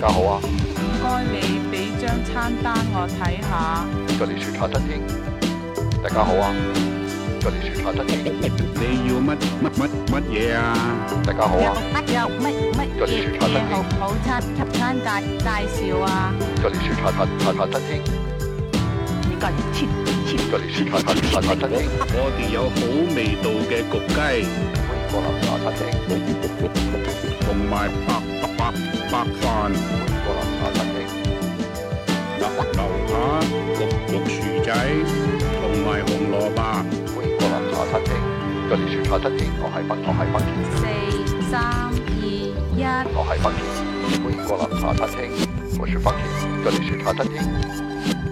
家好啊， 唔該你俾張餐單我睇下。 這裡是茶餐廳。大家好啊，這裡是茶餐廳。 你要乜嘢啊？ 大家好啊， 有乜這裡是茶餐廳。 好餐介紹啊？ 這裡是茶餐廳。 呢個切這裡是茶餐廳。 我哋有好味道嘅焗雞， 歡迎光臨茶餐廳。 同埋白飯。 歡迎光臨茶餐廳。 樓下焗薯仔同埋紅蘿蔔。 歡迎光臨茶餐廳。這裡是茶餐廳，我係北田。 4、3、2、1。 我係北田。歡迎光臨茶餐廳，我是北田。這裡是茶餐廳。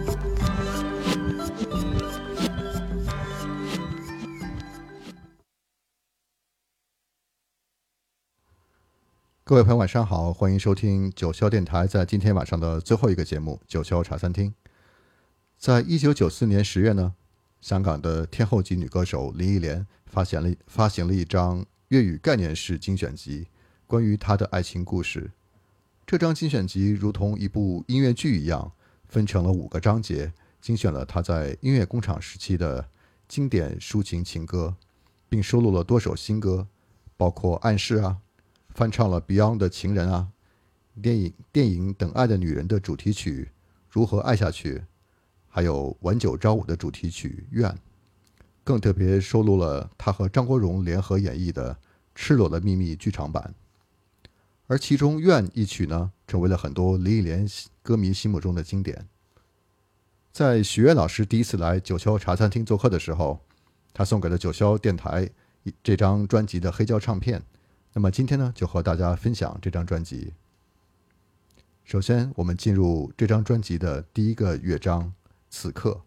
各位朋友晚上好，欢迎收听九霄电台在今天晚上的最后一个节目九霄茶餐厅。在1994年10月呢，香港的天后级女歌手林忆莲发行了一张粤语概念式精选集，关于她的爱情故事。这张精选集如同一部音乐剧一样，分成了5个章节，精选了她在音乐工厂时期的经典抒情情歌，并收录了多首新歌，包括暗示啊，翻唱了 Beyond 的情人啊，电影等爱的女人的主题曲如何爱下去，还有晚九朝五的主题曲愿，更特别收录了他和张国荣联合演绎的赤裸的秘密剧场版。而其中愿一曲呢，成为了很多林忆莲歌迷心目中的经典。在许愿老师第一次来九霄茶餐厅做客的时候，他送给了九霄电台这张专辑的黑胶唱片。那么今天呢，就和大家分享这张专辑。首先我们进入这张专辑的第一个乐章，此刻。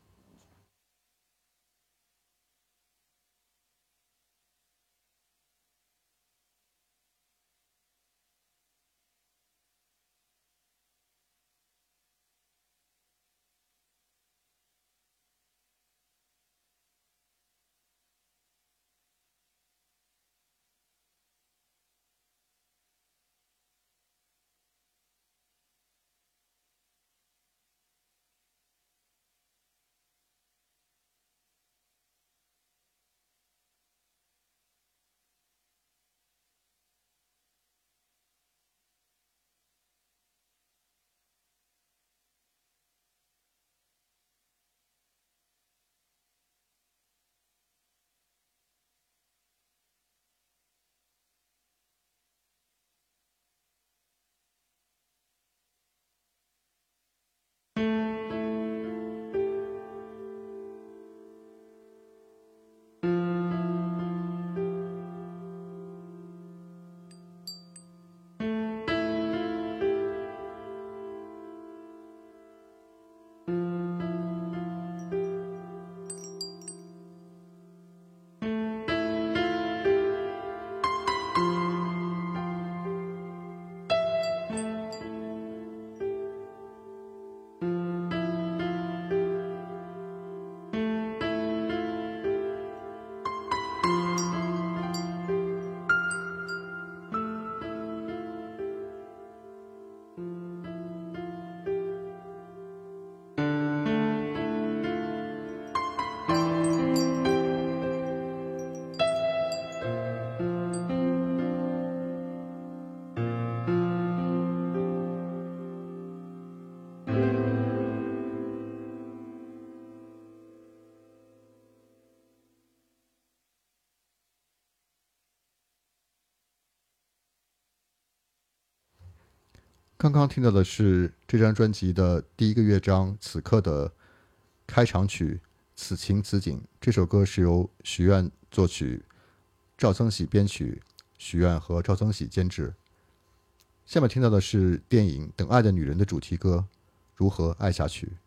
刚刚听到的是这张专辑的第一个乐章此刻的开场曲此情此景。这首歌是由许愿作曲，赵增喜编曲，许愿和赵增喜监制。下面听到的是电影《等爱的女人》的主题歌如何爱下去。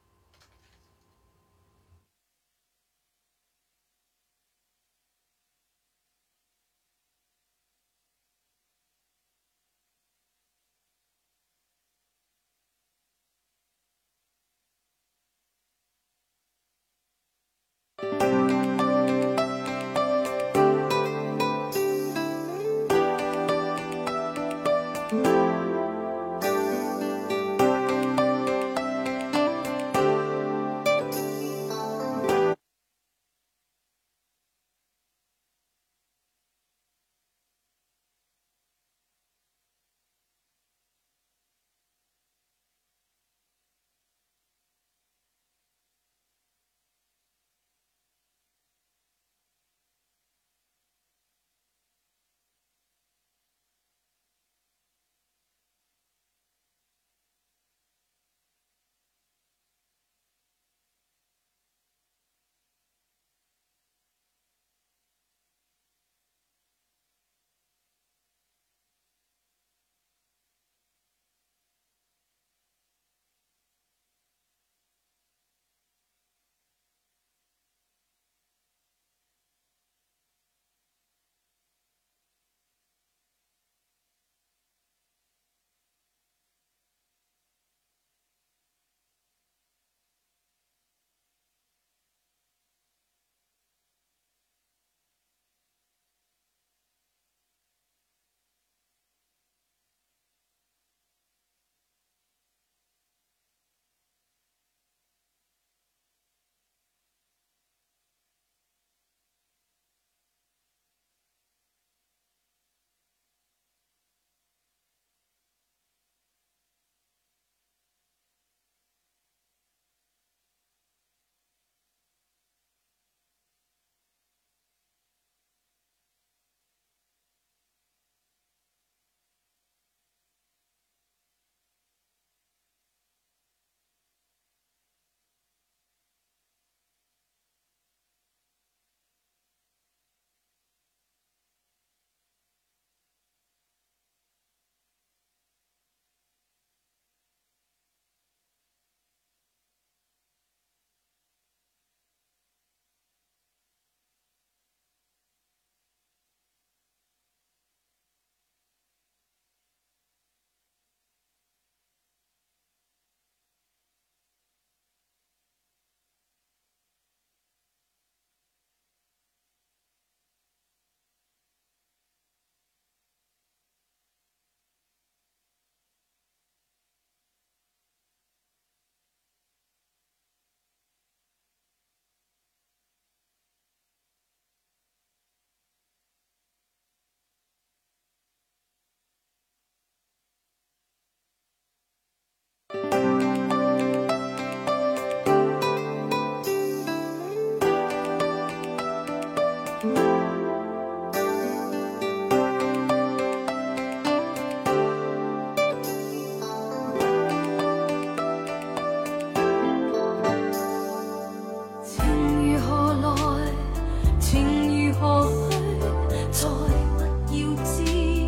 情如何去，再不要知。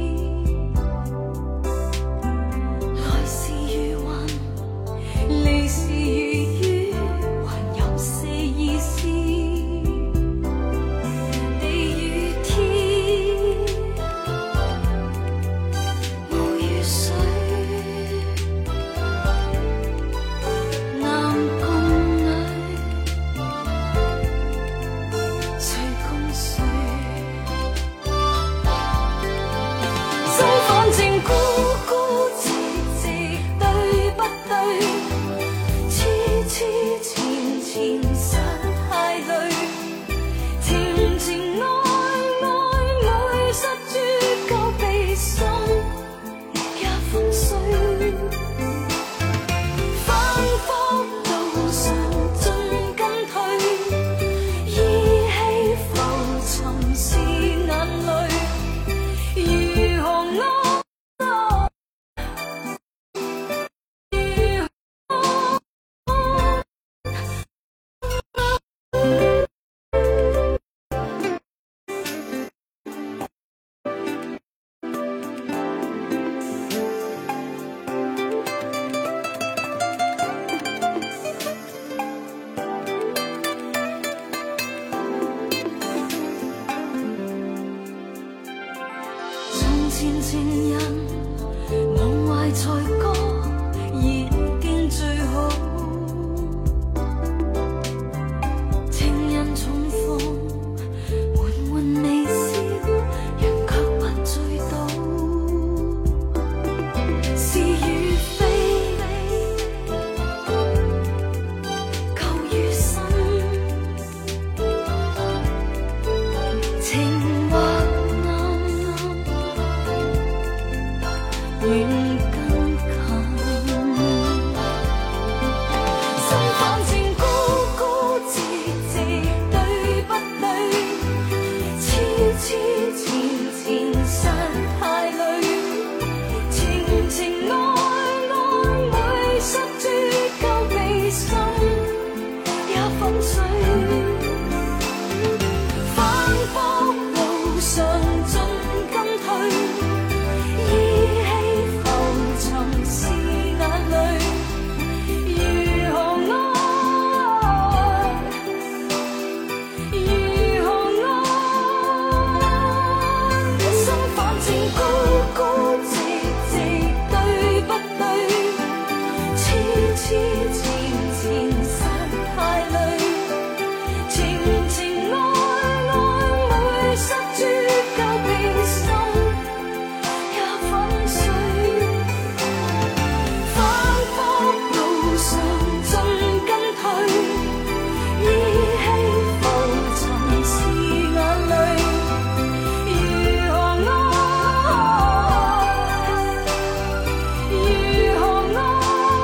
来是如云，离是如雨，还有些意思。地与天，雾与水，男共女，谁共谁？心反正孤孤寂寂，對不對？痴痴纏纏實太累，情情愛愛每失諸夠悲心也粉碎。反覆路上盡跟退，依稀浮沉是眼淚，如何愛？從前情人忘懷才覺已經最好，情人重逢緩緩微笑，人卻不醉倒。是與非，舊與新，情或暗暗遠更近，心反正孤孤寂寂，對不對？痴痴纏纏實太累，情情愛愛每失諸夠悲心也粉碎。反覆路上盡跟退，依稀浮沉是眼淚，如何愛？如何愛？心反正孤孤寂寂，對不對？痴痴纏纏實太累，情情愛愛每失諸夠悲心也粉碎。反覆路上盡跟退，依稀浮沉是眼淚，如何愛？如何愛？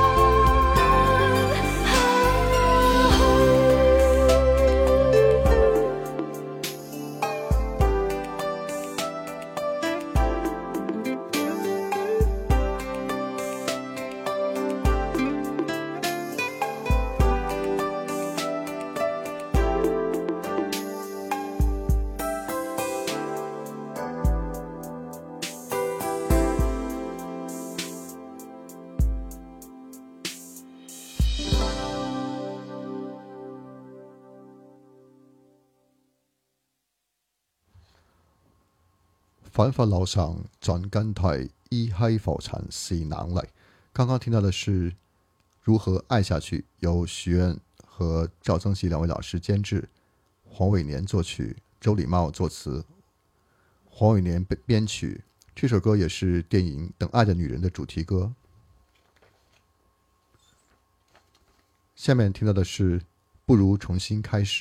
反复路上转跟退，依稀浮沉是眼淚。刚刚听到的是《如何爱下去》，由徐愿和赵增熹两位老师监制，黄伟年作曲，周礼茂作词，黄伟年编曲。这首歌也是电影《等爱的女人》的主题歌。下面听到的是《不如重新开始》。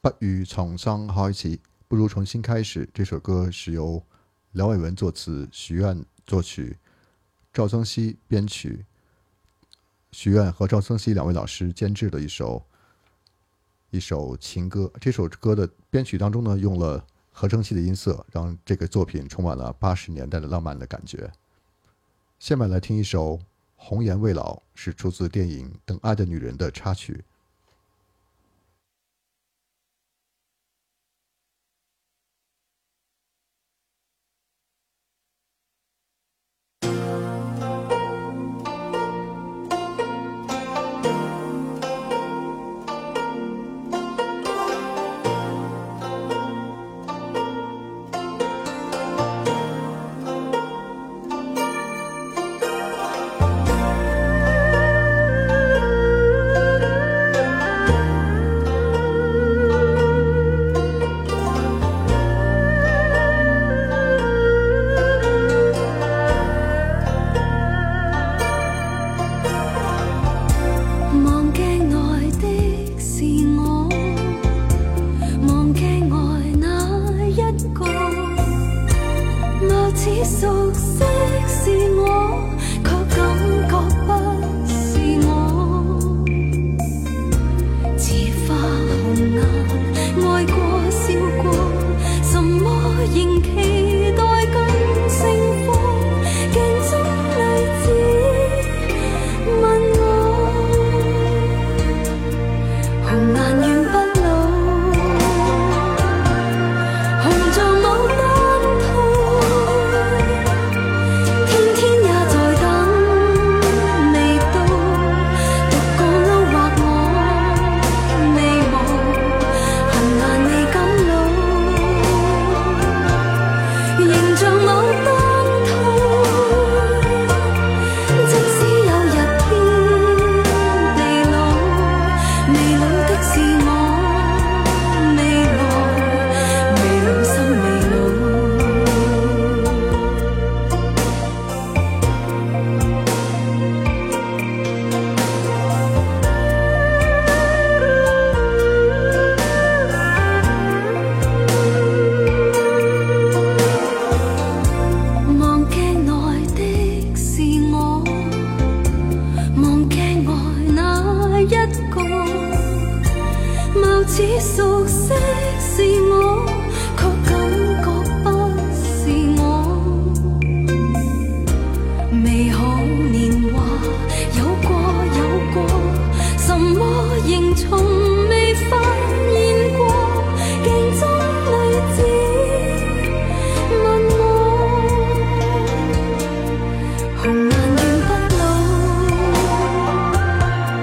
不如從新開始，不如重新開始。這首歌是由廖偉文作詞，許願作曲，趙增熹編曲，許願和趙增熹兩位老師監製的一首情歌。這首歌的編曲當中呢，用了合成器的音色，讓這個作品充滿了80年代的浪漫的感覺。下面來聽一首《紅顏未老》，是出自電影《等愛的女人》的插曲。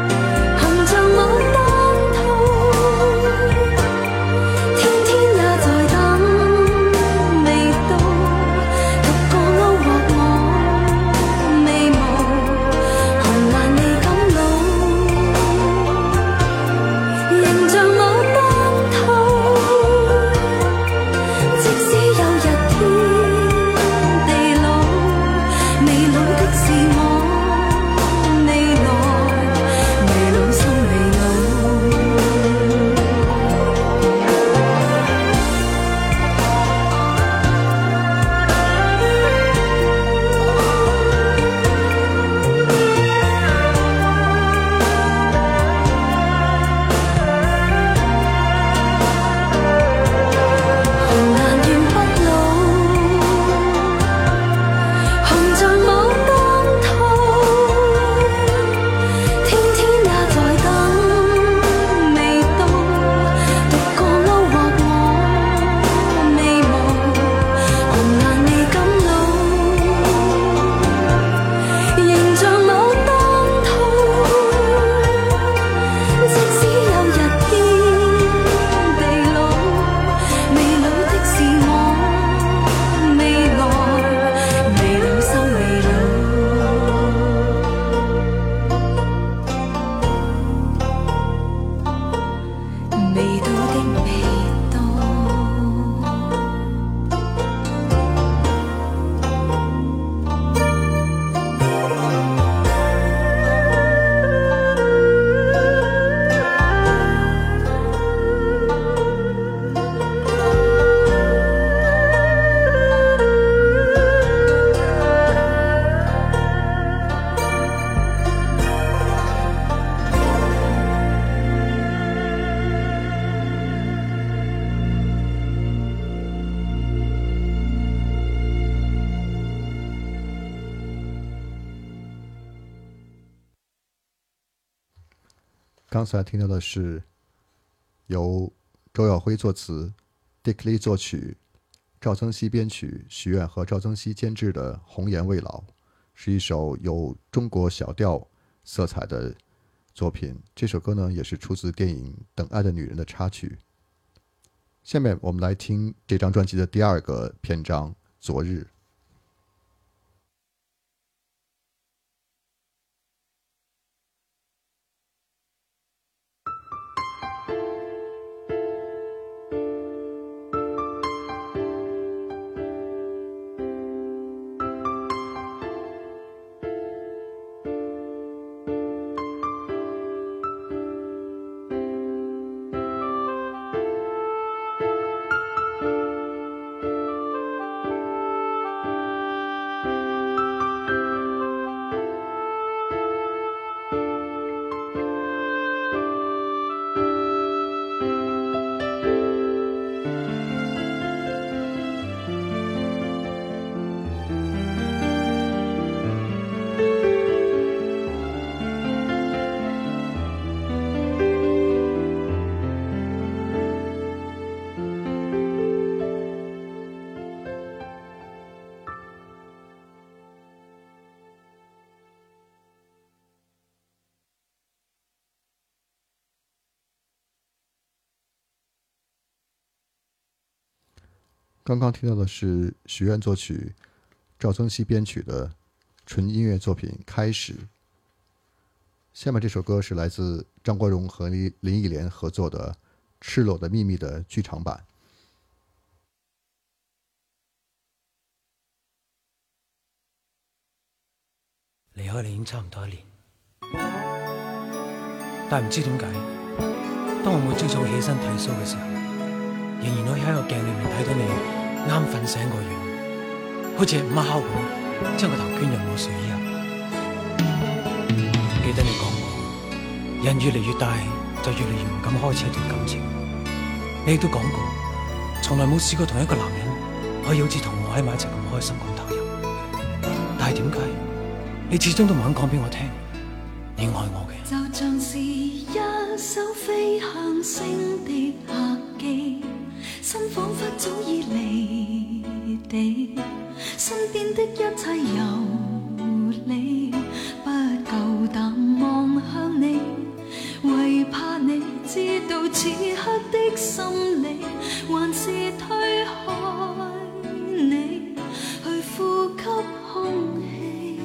天天也在刚才听到的是由周耀辉作词、Dick Lee 作曲、赵增熹编曲、许愿和赵增熹监制的《红颜未老》，是一首有中国小调色彩的作品。这首歌呢，也是出自电影《等爱的女人》的插曲。下面我们来听这张专辑的第二个篇章《昨日》。刚刚听到的是许愿作曲、赵增熹编曲的纯音乐作品《开始》。下面这首歌是来自张国荣和林忆莲合作的《赤裸的秘密》的剧场版。 離開你已經差唔多1年，但係唔知點解，當我每朝早起身剃鬚嘅時候，仍然可以喺個鏡裏面睇到你啱瞓醒個樣，好似係午烤咁，將個頭捐入我睡衣入。記得你講過，人越嚟越大，就越嚟越唔敢開始一段感情。你亦都講過，從來冇試過同一個男人可以好似同我喺埋一齊咁開心咁投入。但係點解你始終都唔肯講俾我聽，你愛我嘅？ 就像是一首飛向星的客機，心彷彿早已離地，身邊的一切由你，不夠膽望向你，為怕你知道此刻的心理，還是推開你去呼吸空氣。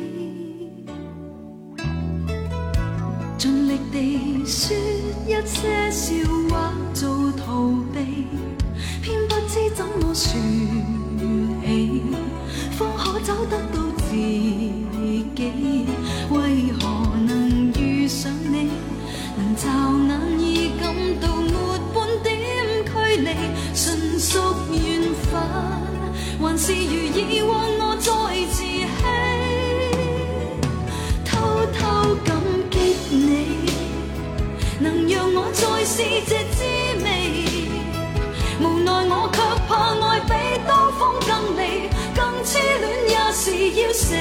盡力地說一些笑話做逃避，偏不知怎麼說起，方可找得到自己。為何能遇上你，能驟眼已感到沒半點距離，純屬緣分，還是如以往我再自欺，偷偷感激你，能讓我再試這滋味。無奈我卻怕愛比刀鋒更利，更痴戀也是要死，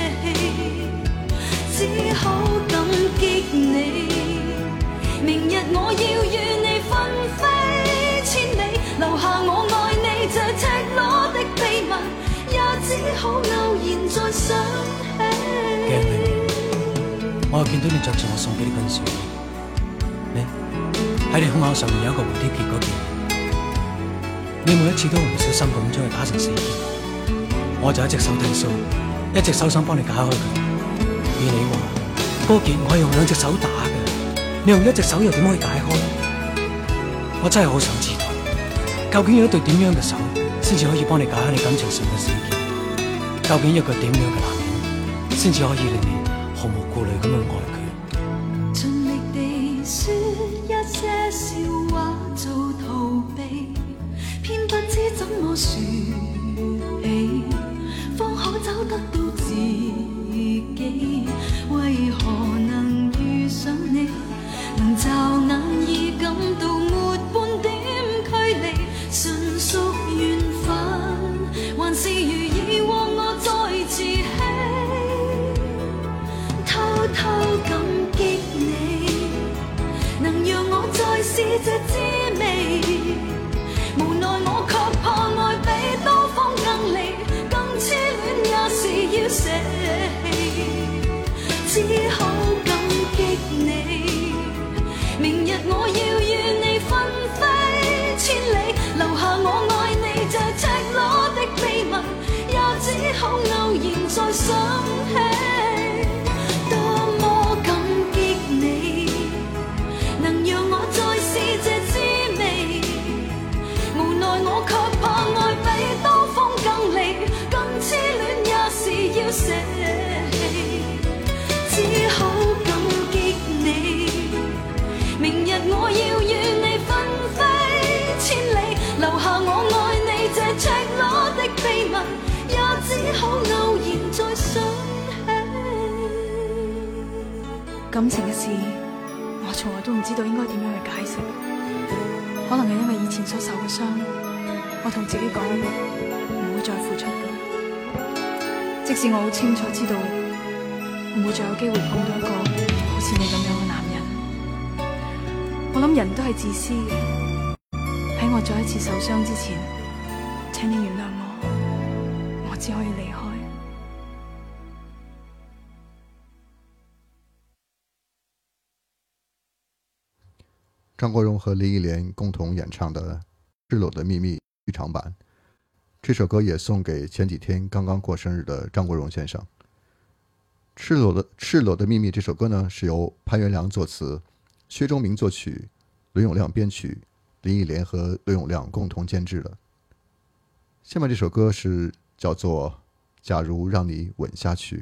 只好感激你。明日我要與你分飛千里，留下我愛你這赤裸的秘密，也只好偶然再想起。 鏡裏我又見到你着住我送俾你嗰件睡衣，你喺你胸口上面有一個蝴蝶結嗰件，你每一次都唔小心咁將佢打成4件，我就一隻手剃鬚，一隻手想幫你解開佢。而你話嗰件我係用2隻手打嘅，你用1隻手又點可以解開？我真係好想知道，究竟有一對點樣嘅手先至可以幫你解開你感情上嘅死結？究竟一個點樣嘅男人先至可以令你毫無顧慮咁樣愛佢？ 盡力地說一些笑話做逃避，偏不知怎麼說起，方可找得到自己。為何能遇上你，能驟眼已感到沒半點距離，純屬緣分，還是如以往我再自欺，偷偷感激你。 這滋味，無奈我卻怕愛比刀鋒更利，更痴戀也是要捨棄，只好感激你。明日我要與你分飛千里，留下我愛你這赤裸的秘密，也只好偶然再想起。多麼感激你，能讓我再試這滋味，無奈我卻怕愛比刀鋒更利，更痴戀也是要捨棄，只好感激你。明日我要與你分飛千里，留下我愛你這赤裸的秘密，也只好偶然再想起。 感情嘅事，我從來都唔知道應該點樣去解釋。可能係因為以前所受嘅傷，我同自己講唔會再付出嘅。即使我好清楚知道唔會再有機會碰到一個好似你咁樣嘅男人。我諗人都係自私嘅，喺我再一次受傷之前，請你原諒我，我只可以離開。 张国荣和林忆莲共同演唱的《赤裸的秘密》剧场版，这首歌也送给前几天刚刚过生日的张国荣先生。赤裸的秘密这首歌呢，是由潘元良作词，薛忠明作曲，伦永亮编曲，林忆莲和伦永亮共同监制的。下面这首歌是叫做《假如让你吻下去》。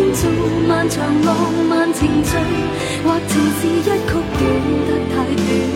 漫長浪漫程序，或情是一曲短得太短。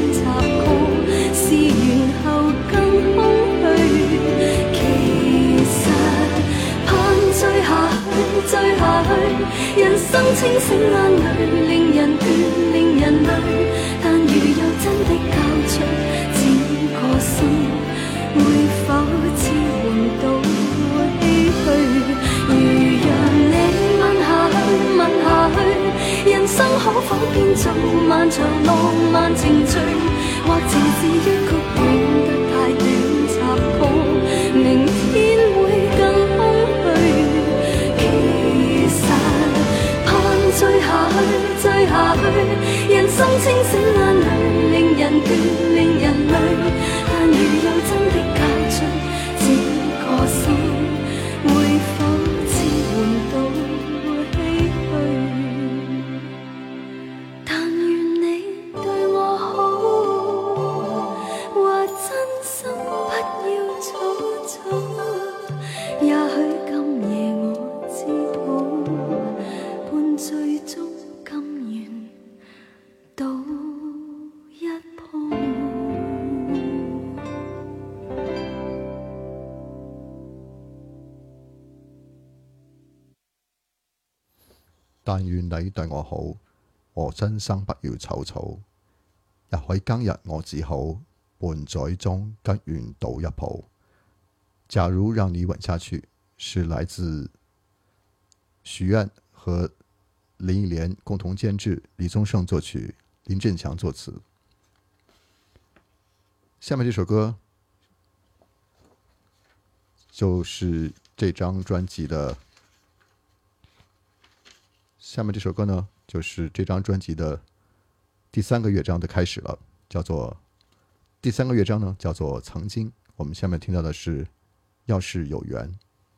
生清醒眼淚，令人倦，令人累。但如有真的交出整個心，會否支援到唏噓？如讓你問下去，問下去，人生可否變做漫長浪漫程序？或情是一曲短得太短插曲，明天會更空虛。其實盼追下去，追下去，人生清醒眼淚，令人倦，令人累。但如有真的交出整個心，會否支援到唏噓？但願你對我好，話真心不要早走。也許今夜我只好半醉中甘願賭一鋪。 但願你對我好，我真心不要草草。也許今日我只好半醉中甘願賭一鋪。假如讓你吻下去，是來自許願和林憶蓮共同監製，李宗盛作曲，林振強作詞。下面這首歌就是這張專輯的，下面這首歌呢，就是這張專輯的第三個樂章的開始了，叫做第三個樂章呢，叫做曾經。我們下面聽到的是要是有緣。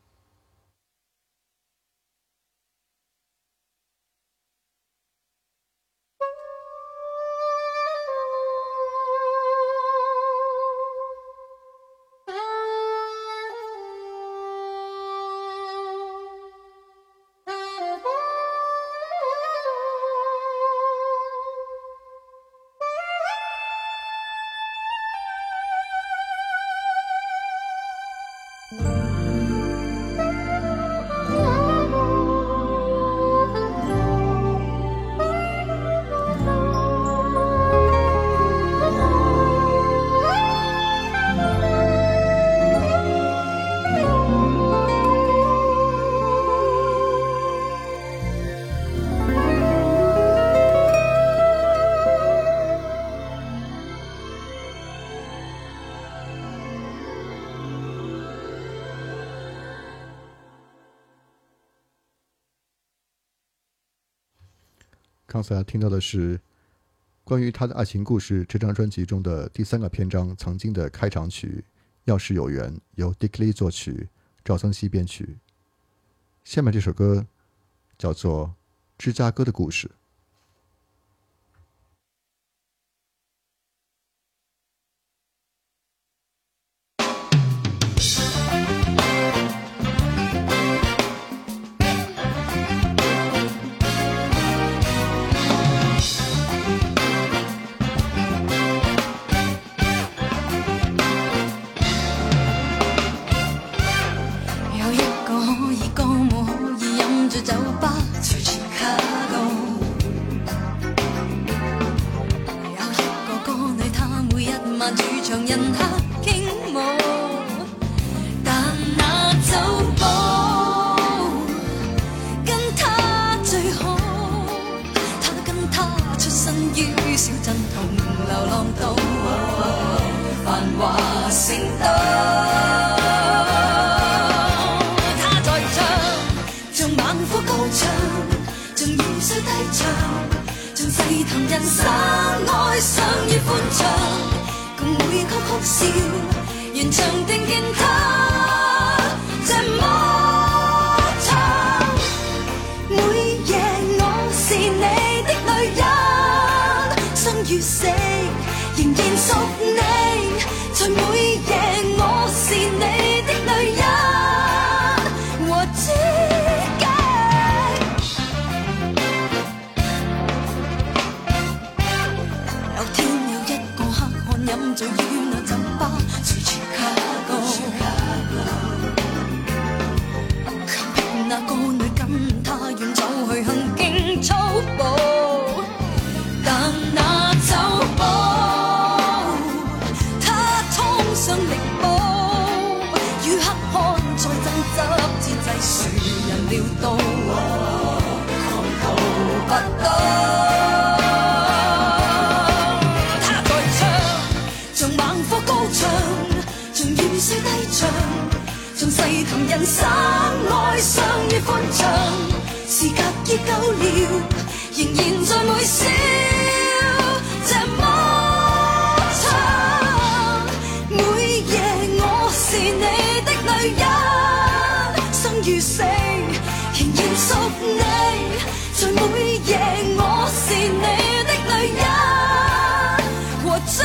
刚才听到的是关于他的爱情故事这张专辑中的第三个篇章曾经的开场曲要是有缘，由 Dick Lee 作曲，赵增熹编曲。下面这首歌叫做芝加哥的故事。 強迫那個女跟他遠走去行徑。 到，狂逃不到。他在唱，像猛火高唱，像雨水低唱，像細談人生愛上越歡暢。時隔已久了，仍然在微笑，這麼長。每夜我是你的女人，生與死仍然屬你。在每夜我是你的女人，和這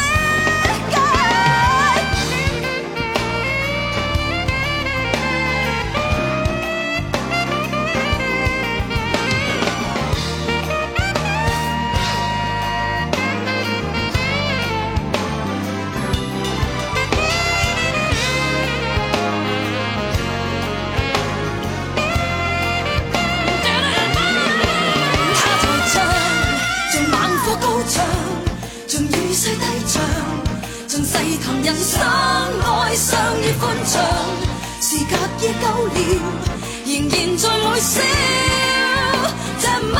細談人生愛上越歡暢，時隔已久了，仍然在微笑，這麼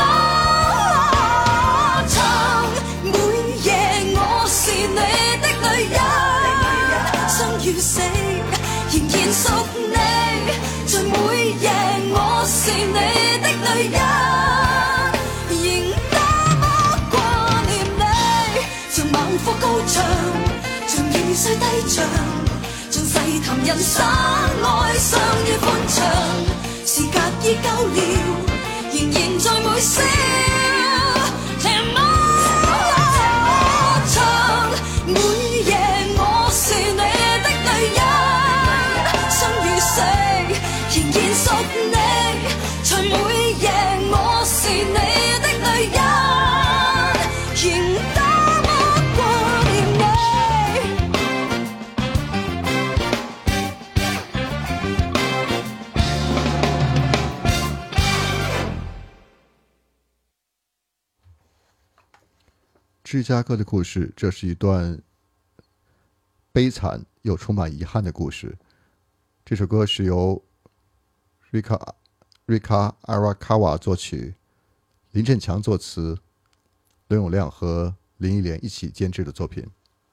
長。每夜我是你的女人，生與死仍然屬你。在每夜我是你的女人，仍多麼掛念你，像猛火高唱，像雨水低唱，像細談人生愛上越歡暢。時隔已久了，仍然在微笑，這麼長。每夜我是你的女人，生與死仍然屬你。在每夜我是你的女人，仍多麼掛念你。 芝加哥的故事，这是一段悲惨又充满遗憾的故事。这首歌是由 Rika Arakawa 作曲，林振强作词，伦永亮和林忆莲一起监制的作品。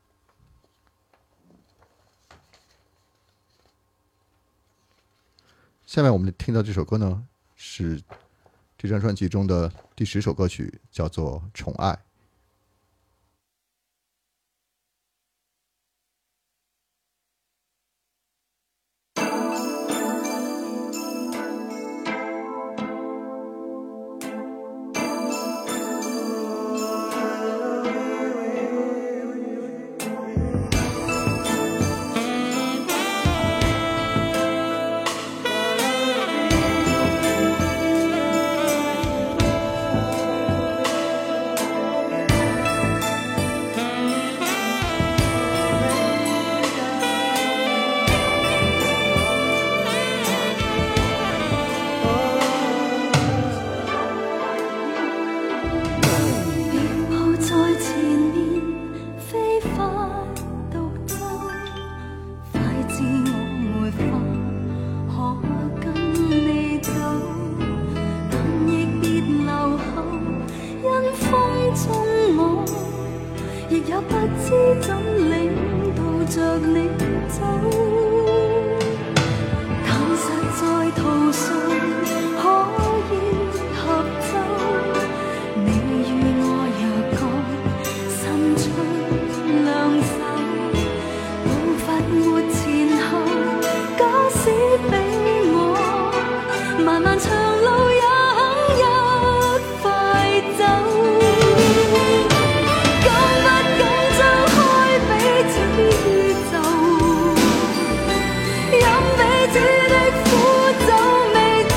下面我们听到这首歌呢，是这张专辑中的第10首歌曲，叫做《宠爱》。 飲彼此的苦酒味。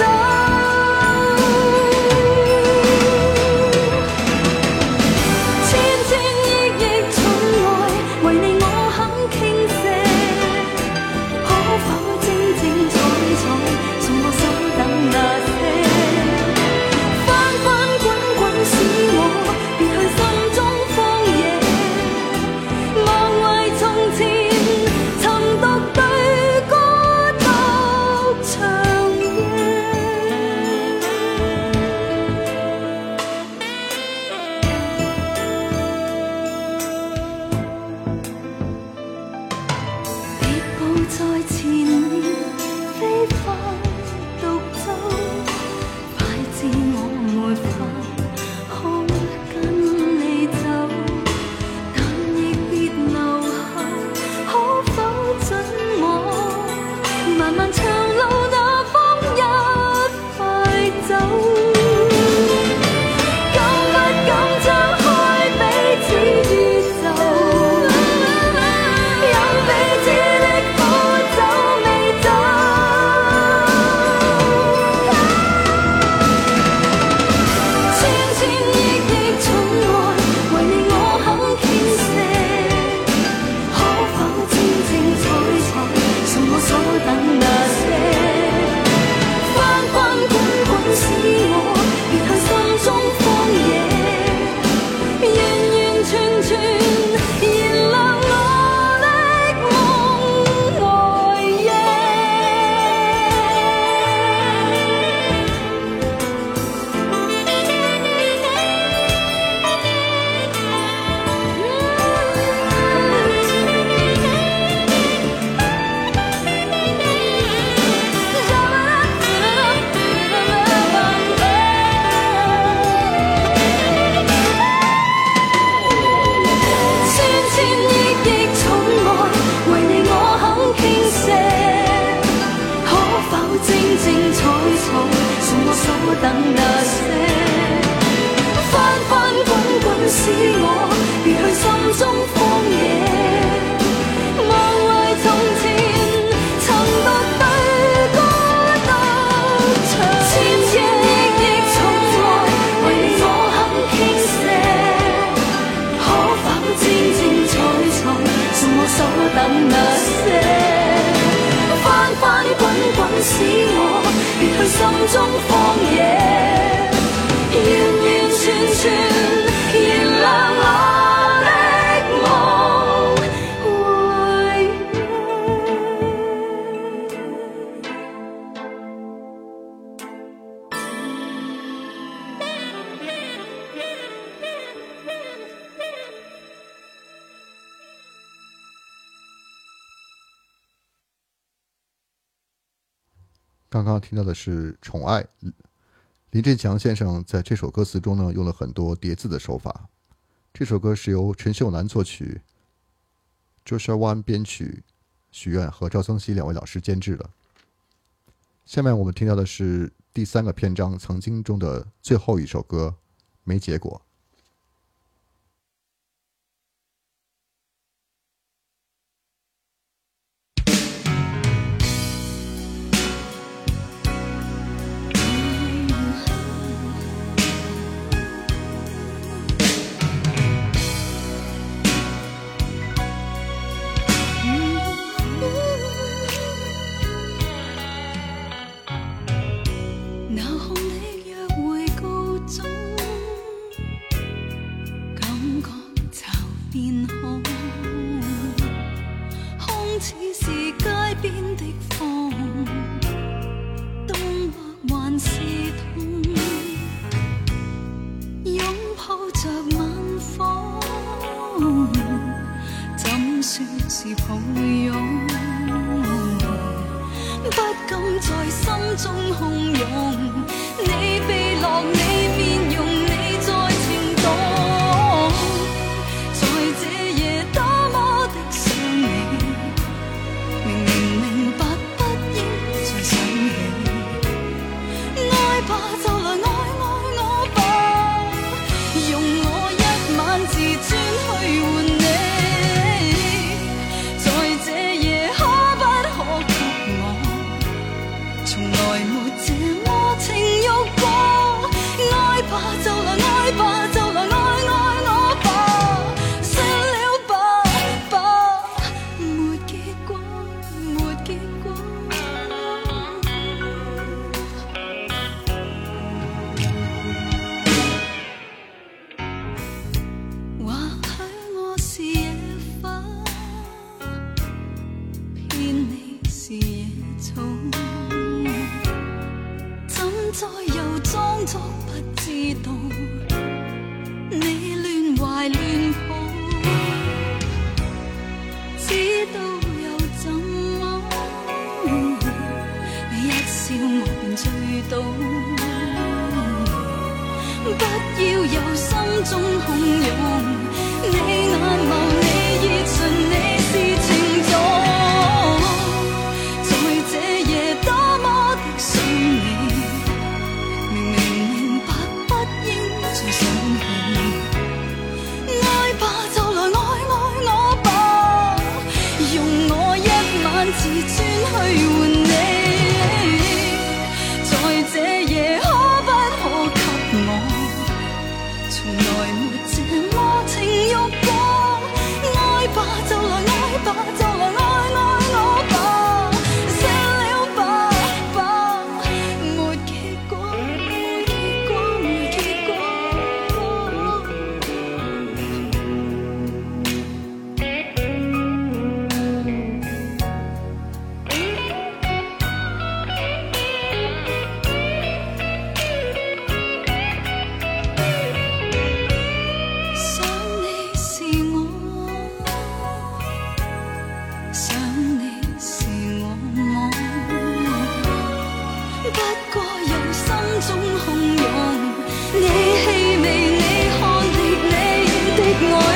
燃亮我的夢來夜。等那些翻翻滾滾，使我別去心中荒野。夢為從前曾獨對孤獨長，千千億億寵愛，為你我肯傾瀉。可否靜靜採藏，從我所等那些翻翻滾滾，使我別去心中荒野，完完全全燃亮我的夢回夜。 刚刚听到的是《宠爱》，林振强先生在这首歌词中呢用了很多叠字的手法。这首歌是由陈秀楠作曲，周少湾编曲，许愿和赵增熹两位老师监制的。下面我们听到的是第3个篇章《曾经》中的最后一首歌《没结果》。 從來沒這麼情慾過，愛怕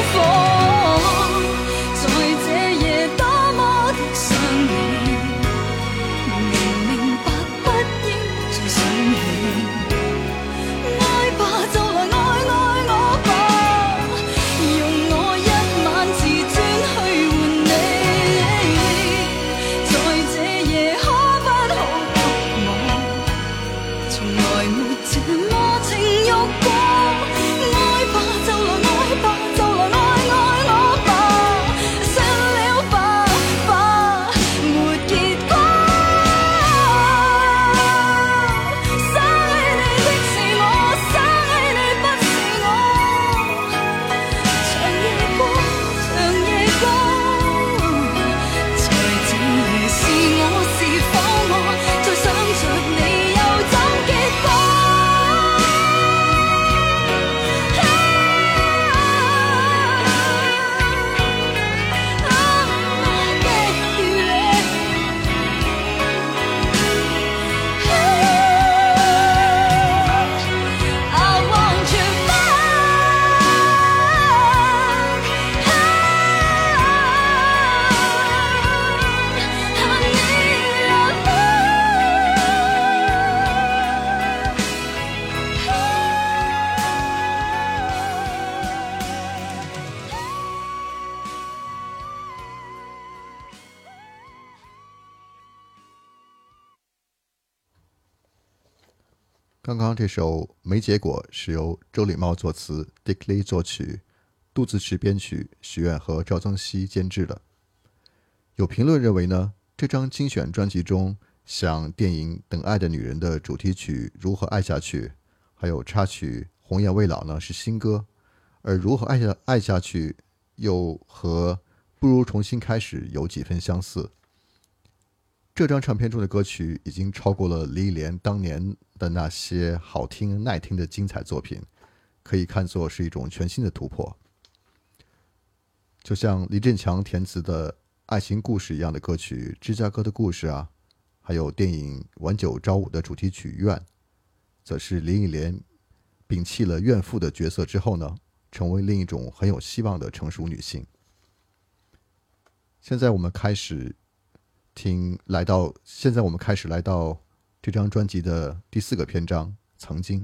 刚刚这首《没结果》是由周礼茂作词 ，Dick Lee 作曲，杜自持编曲，许愿和赵增熹监制的。有评论认为呢，这张精选专辑中，像电影《等爱的女人》的主题曲《如何爱下去》，还有插曲《鸿雁未老》呢是新歌，而《如何爱下去》又和《不如重新开始》有几分相似。这张唱片中的歌曲已经超过了李忆莲当年的那些好听耐听的精彩作品，可以看作是一种全新的突破。就像李振强填词的爱情故事一样的歌曲《芝加哥的故事》啊，还有电影《晚九朝五》的主题曲《怨》，则是林忆莲摒弃了怨妇的角色之后呢，成为另一种很有希望的成熟女性。现在我们开始来到这张专辑的第4个篇章，曾经。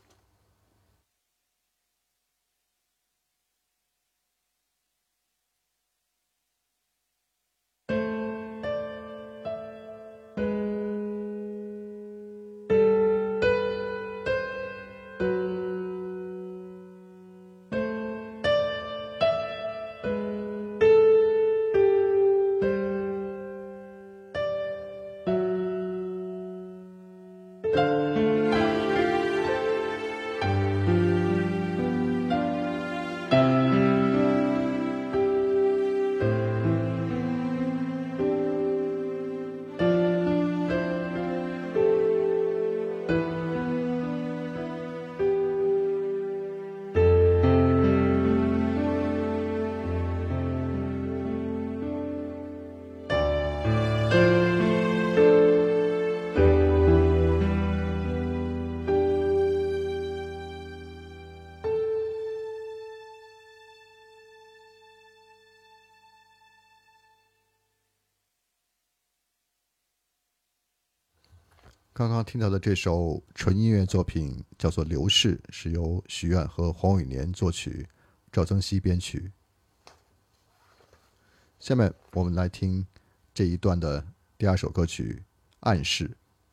刚刚听到的这首纯音乐作品叫做《流逝》，是由许愿和黄伟年作曲，赵增熹编曲。下面我们来听这一段的第2首歌曲《暗示》。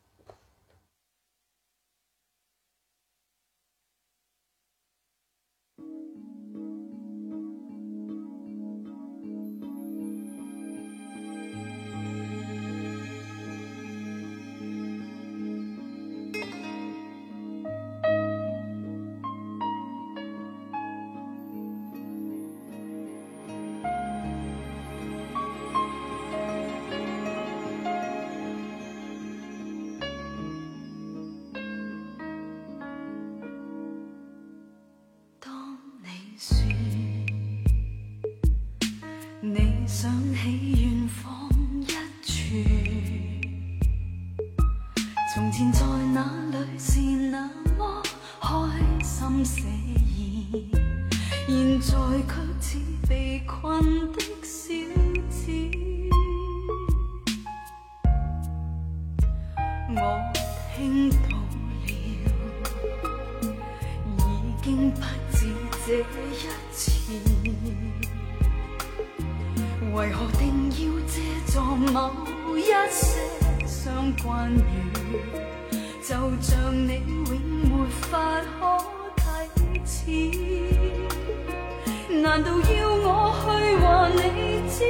你想起远方一处，从前在那里是那么开心写意，现在却似被困的小子，我聽到了，已經不止這一次，為何定要借助某一些相關語，就像你永沒法可啟齒，難道要我去話你知？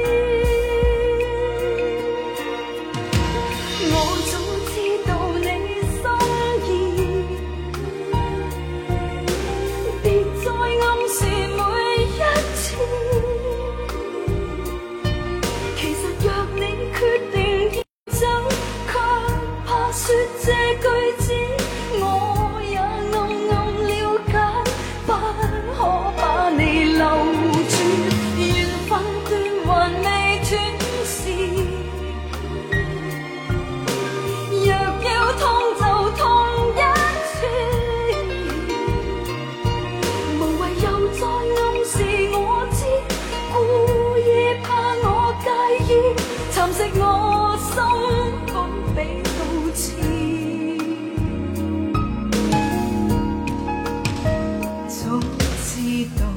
我早知道你心意，別再暗示每一次。其實若你決定要走，卻怕說這句子，我也暗暗了解，不可把你留住，緣分斷還未斷時，若要痛就痛一次，無謂又再暗示我知，故意怕我介意，蠶食我心好比刀刺。早知道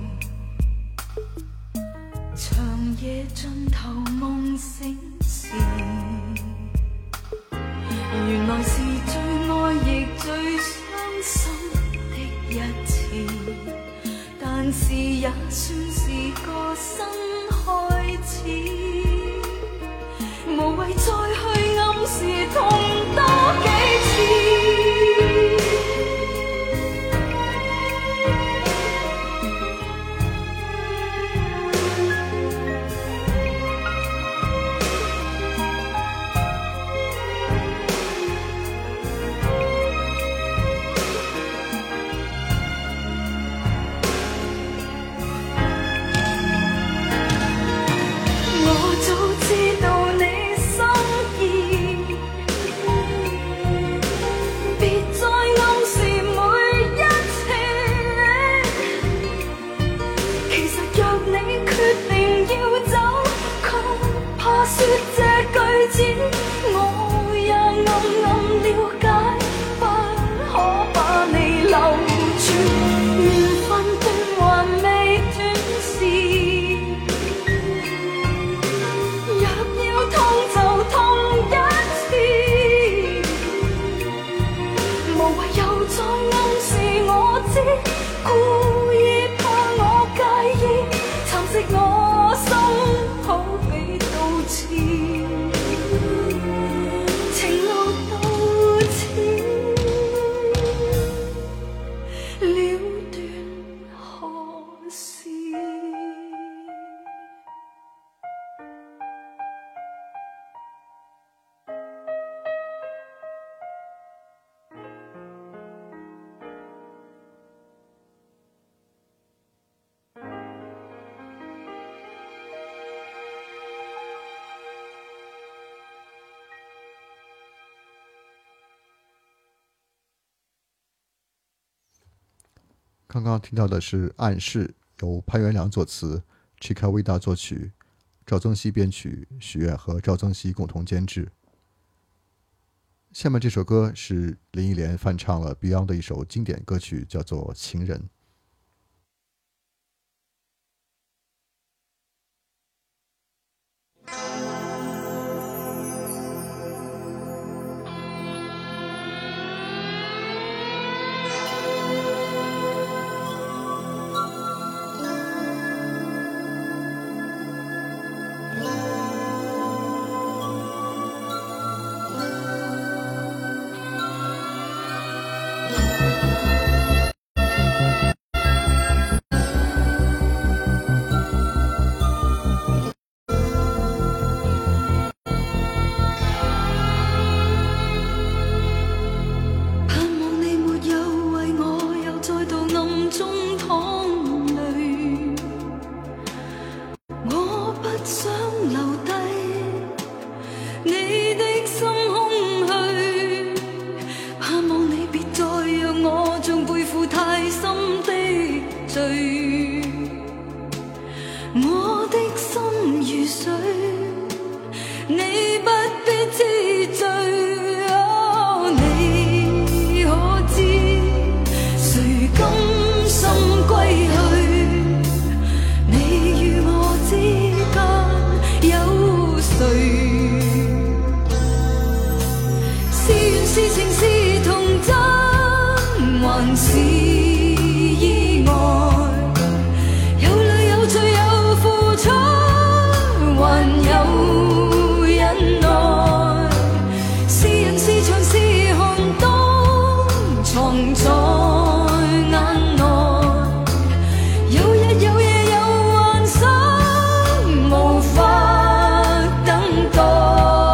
長夜盡頭夢醒時，原來是最愛亦最傷心的一次，但是也算是個新開始，無謂再去暗示痛多幾次。我早知道你心意，別再暗示每一次。其實若你決定要走，卻怕說這句子，我也暗暗了解，不可把你留住，緣分斷還未斷時。若要痛就痛一次，無謂又再暗示我知，故意怕我介意，蠶食我心好比刀刺，情路到此了斷何時？ 刚刚听到的是《暗示》，由潘元良作词，Chika Vida 作曲，赵增熹编曲，许愿和赵增熹共同监制。下面这首歌是林忆莲翻唱了 Beyond 的一首经典歌曲，叫做《情人》。 我的心如水，你不必知罪。哦，你可知誰甘心歸去？你與我之間有誰？是緣是情是童真，還是意外？有淚有罪有付出，還有忍耐。是人是牆是寒冬，藏在眼內。有日有夜有幻想，無法等待。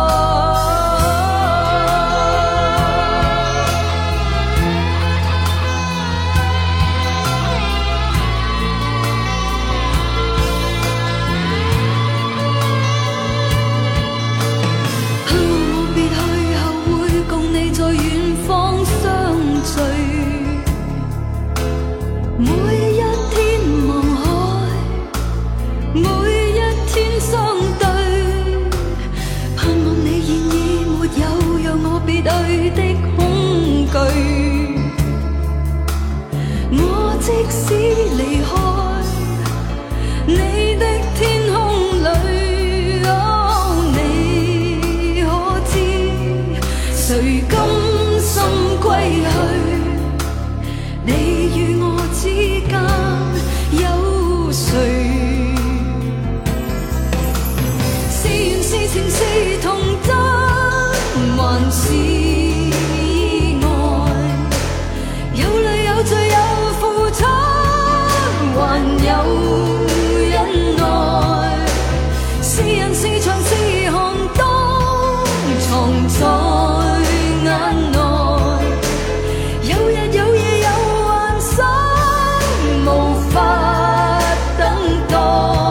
我即使離開你的天空裏，哦，你可知誰甘心歸去？你與我之間有誰？是緣是情是童真，還是意外？有淚有罪有付出，還有忍耐。是人是牆是寒冬，藏在眼內。有日有夜有幻想，無法等待。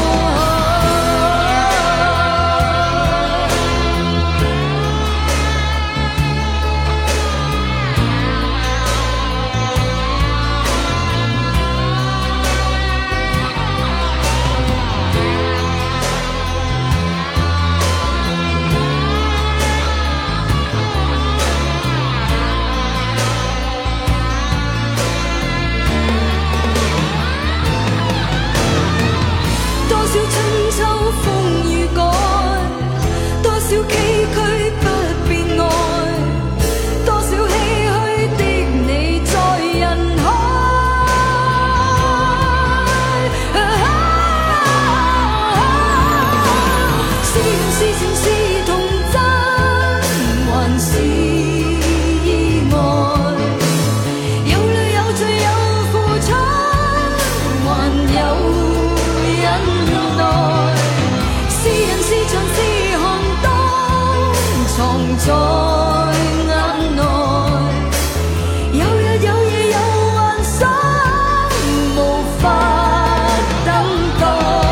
在眼內，有日有夜有幻想，無法等待。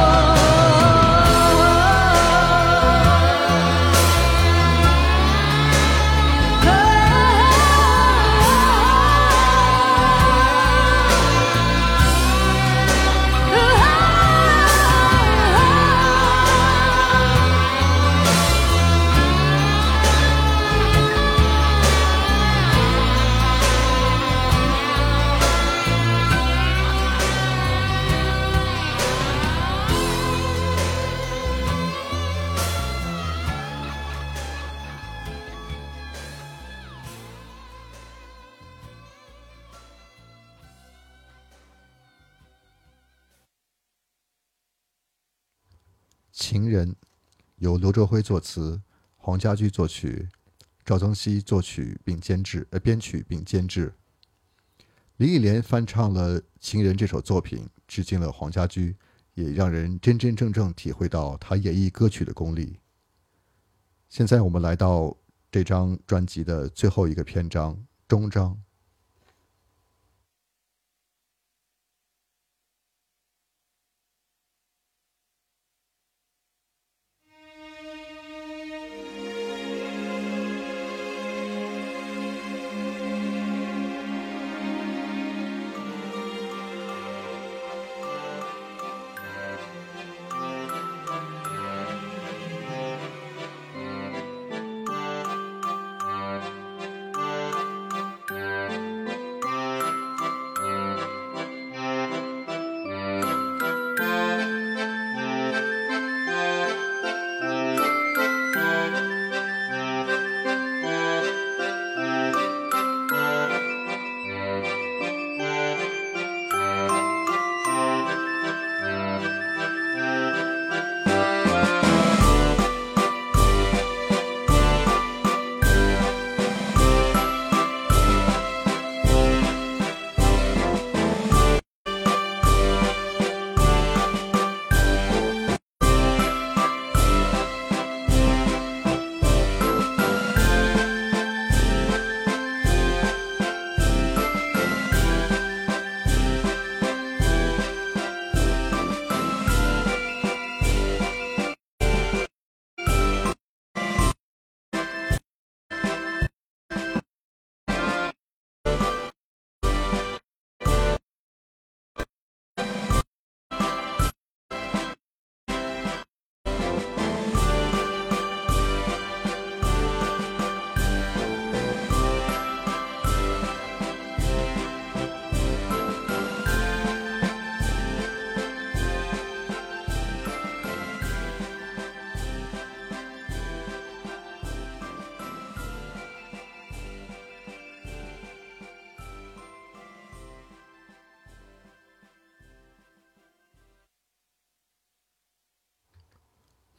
情人由刘卓辉作词，黄家驹作曲，赵增熹作曲并编曲并监制。林忆莲翻唱了《情人》这首作品，致敬了黄家驹，也让人真真正正体会到他演绎歌曲的功力。现在我们来到这张专辑的最后一个篇章，终章。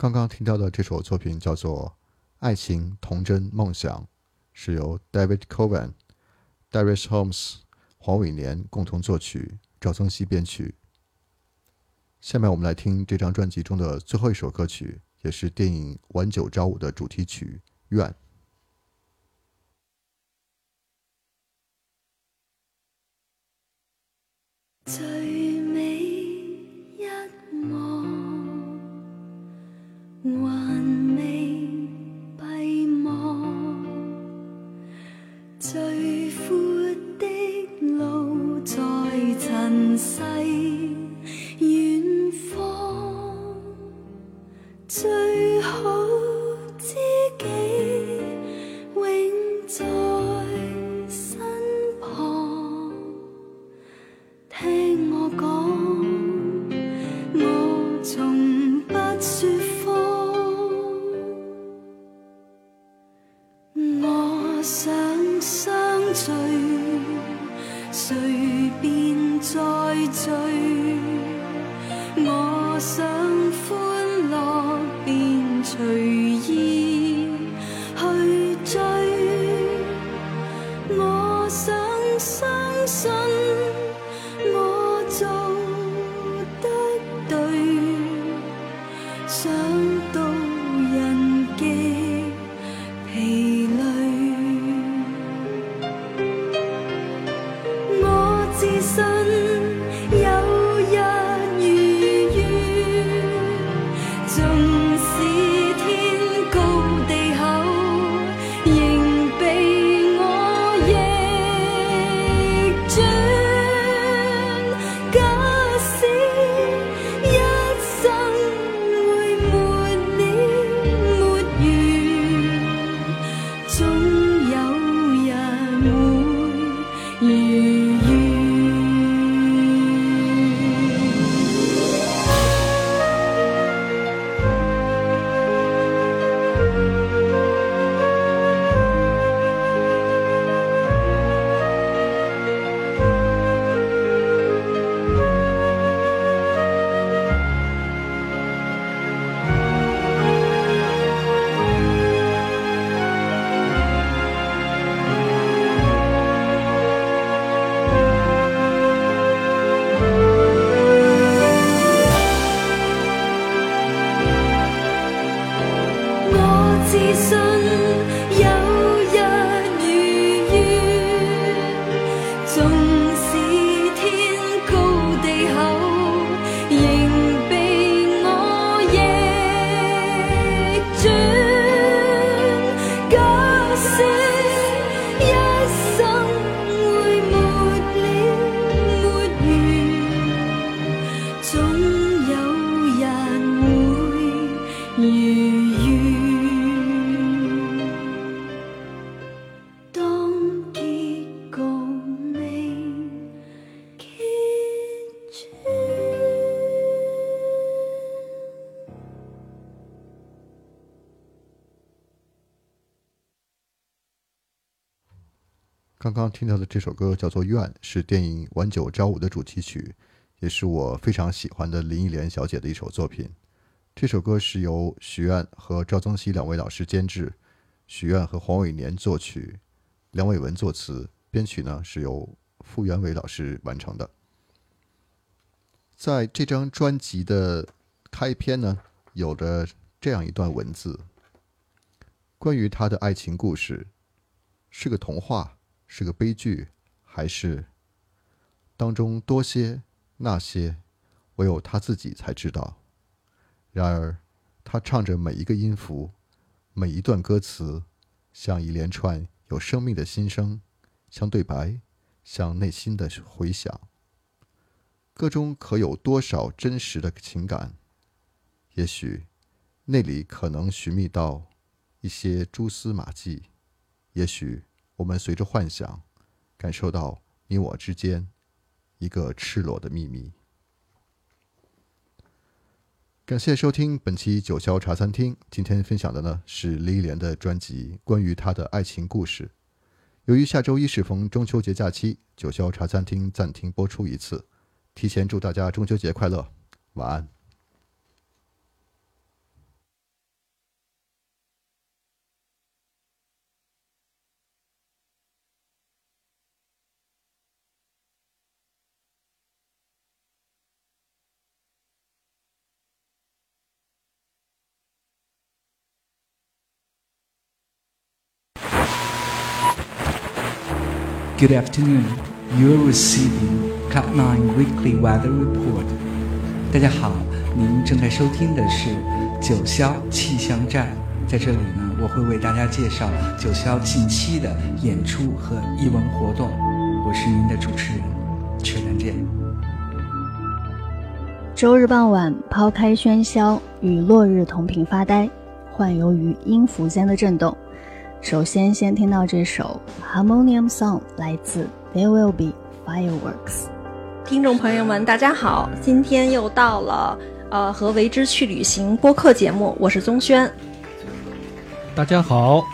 刚刚听到的这首作品叫做《爱情童真梦想》，是由 David Coven、Darius Holmes、黄伟年共同作曲，赵增熹编曲。下面我们来听这张专辑中的最后一首歌曲，也是电影《晚九朝五》的主题曲《愿》。 最美一幕還未閉幕，最闊的路在塵世遠方，最好知己永在身旁，聽我講，我從不說謊，我想相聚，誰便再聚，我想歡樂便隨意去追，我想相信我做得對，想到人極疲累，我自信有日如願，縱使天高地厚，仍被我逆轉。假使一生會沒了沒完，總有人會如願。我自信有日如願，縱使天高地厚，仍被我逆轉。假使一生會沒了沒完，總有人會如願。當結局未揭穿。 刚刚听到的这首歌叫做《愿》，是电影《晚九朝五》的主题曲，也是我非常喜欢的林忆莲小姐的一首作品。这首歌是由许愿和赵增熹两位老师监制，许愿和黄伟年作曲，梁伟文作词，编曲呢是由傅园伟老师完成的。在这张专辑的开篇呢，有着这样一段文字，关于他的爱情故事，是个童话，是个悲剧，还是当中多些那些唯有他自己才知道。然而他唱着每一个音符，每一段歌词，像一连串有生命的心声，像对白，像内心的回响。歌中可有多少真实的情感？也许那里可能寻觅到一些蛛丝马迹，也许我们随着幻想感受到你我之间一个赤裸的秘密。感谢收听本期九霄茶餐厅，今天分享的呢是林忆莲的专辑《关于她的爱情故事》。由于下周一适逢中秋节假期，九霄茶餐厅暂停播出一次，提前祝大家中秋节快乐，晚安。 Good afternoon. You are receiving Cloud9 Weekly Weather Report. 大家好，您正在收听的是九霄气象站。在这里呢，我会为大家介绍九霄近期的演出和艺文活动。我是您的主持人曲南健。 周日傍晚，抛开喧嚣，与落日同频发呆，幻游于音符间的震动。首先听到这首 Harmonium Song 来自 There Will Be Fireworks。 听众朋友们大家好，今天又到了和为之去旅行播客节目，我是宗轩。 大家好，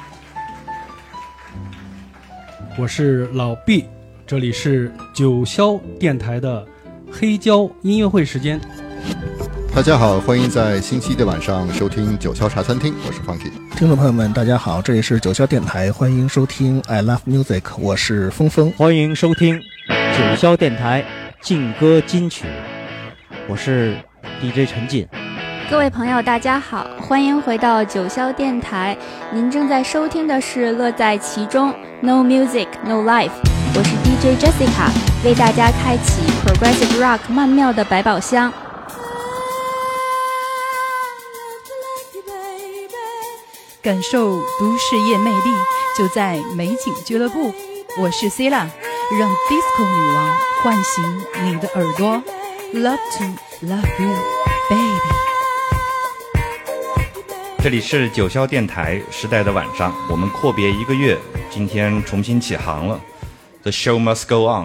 我是老毕，这里是九霄电台的黑胶音乐会时间。 大家好，欢迎在星期一的晚上收听九霄茶餐厅，我是方体。 听众朋友们大家好，这里是九霄电台，欢迎收听 I Love Music， 我是峰峰。 欢迎收听九霄电台劲歌金曲，我是 DJ 陈进。 各位朋友大家好，欢迎回到九霄电台，您正在收听的是乐在其中 No Music No Life， 我是 DJ Jessica， 为大家开启 Progressive Rock 曼妙的百宝箱。 感受都市夜魅力，就在美景俱乐部。我是 Cilla， 让 Disco 女王唤醒你的耳朵。Love to love you, baby。 这里是九霄电台时代的晚上，我们阔别1个月，今天重新起航了。The show must go on。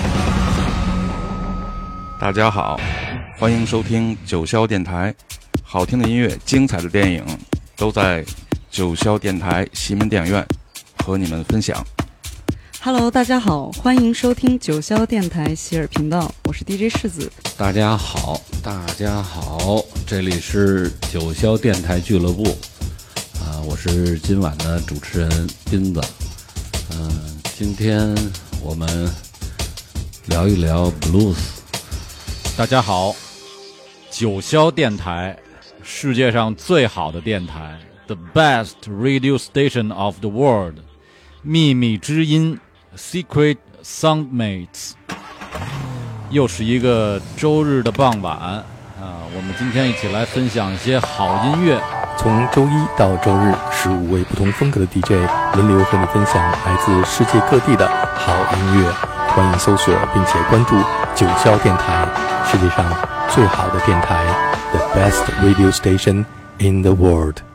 大家好，欢迎收听九霄电台，好听的音乐、精彩的电影都在九霄电台西门电影院和你们分享。 Hello， 大家好，欢迎收听九霄电台喜尔频道，我是 DJ 世子。 大家好，这里是九霄电台俱乐部，我是今晚的主持人斌子。今天我们聊一聊 blues。 大家好，九霄电台，世界上最好的电台。The best radio station of the world， 秘密之音 Secret Soundmates。 又是一个周日的傍晚我们今天一起来分享一些好音乐。 从周一到周日，15位不同风格的 DJ 轮流和你分享来自世界各地的好音乐。欢迎搜索并且关注九霄电台，世界上最好的电台 The best radio station in the world。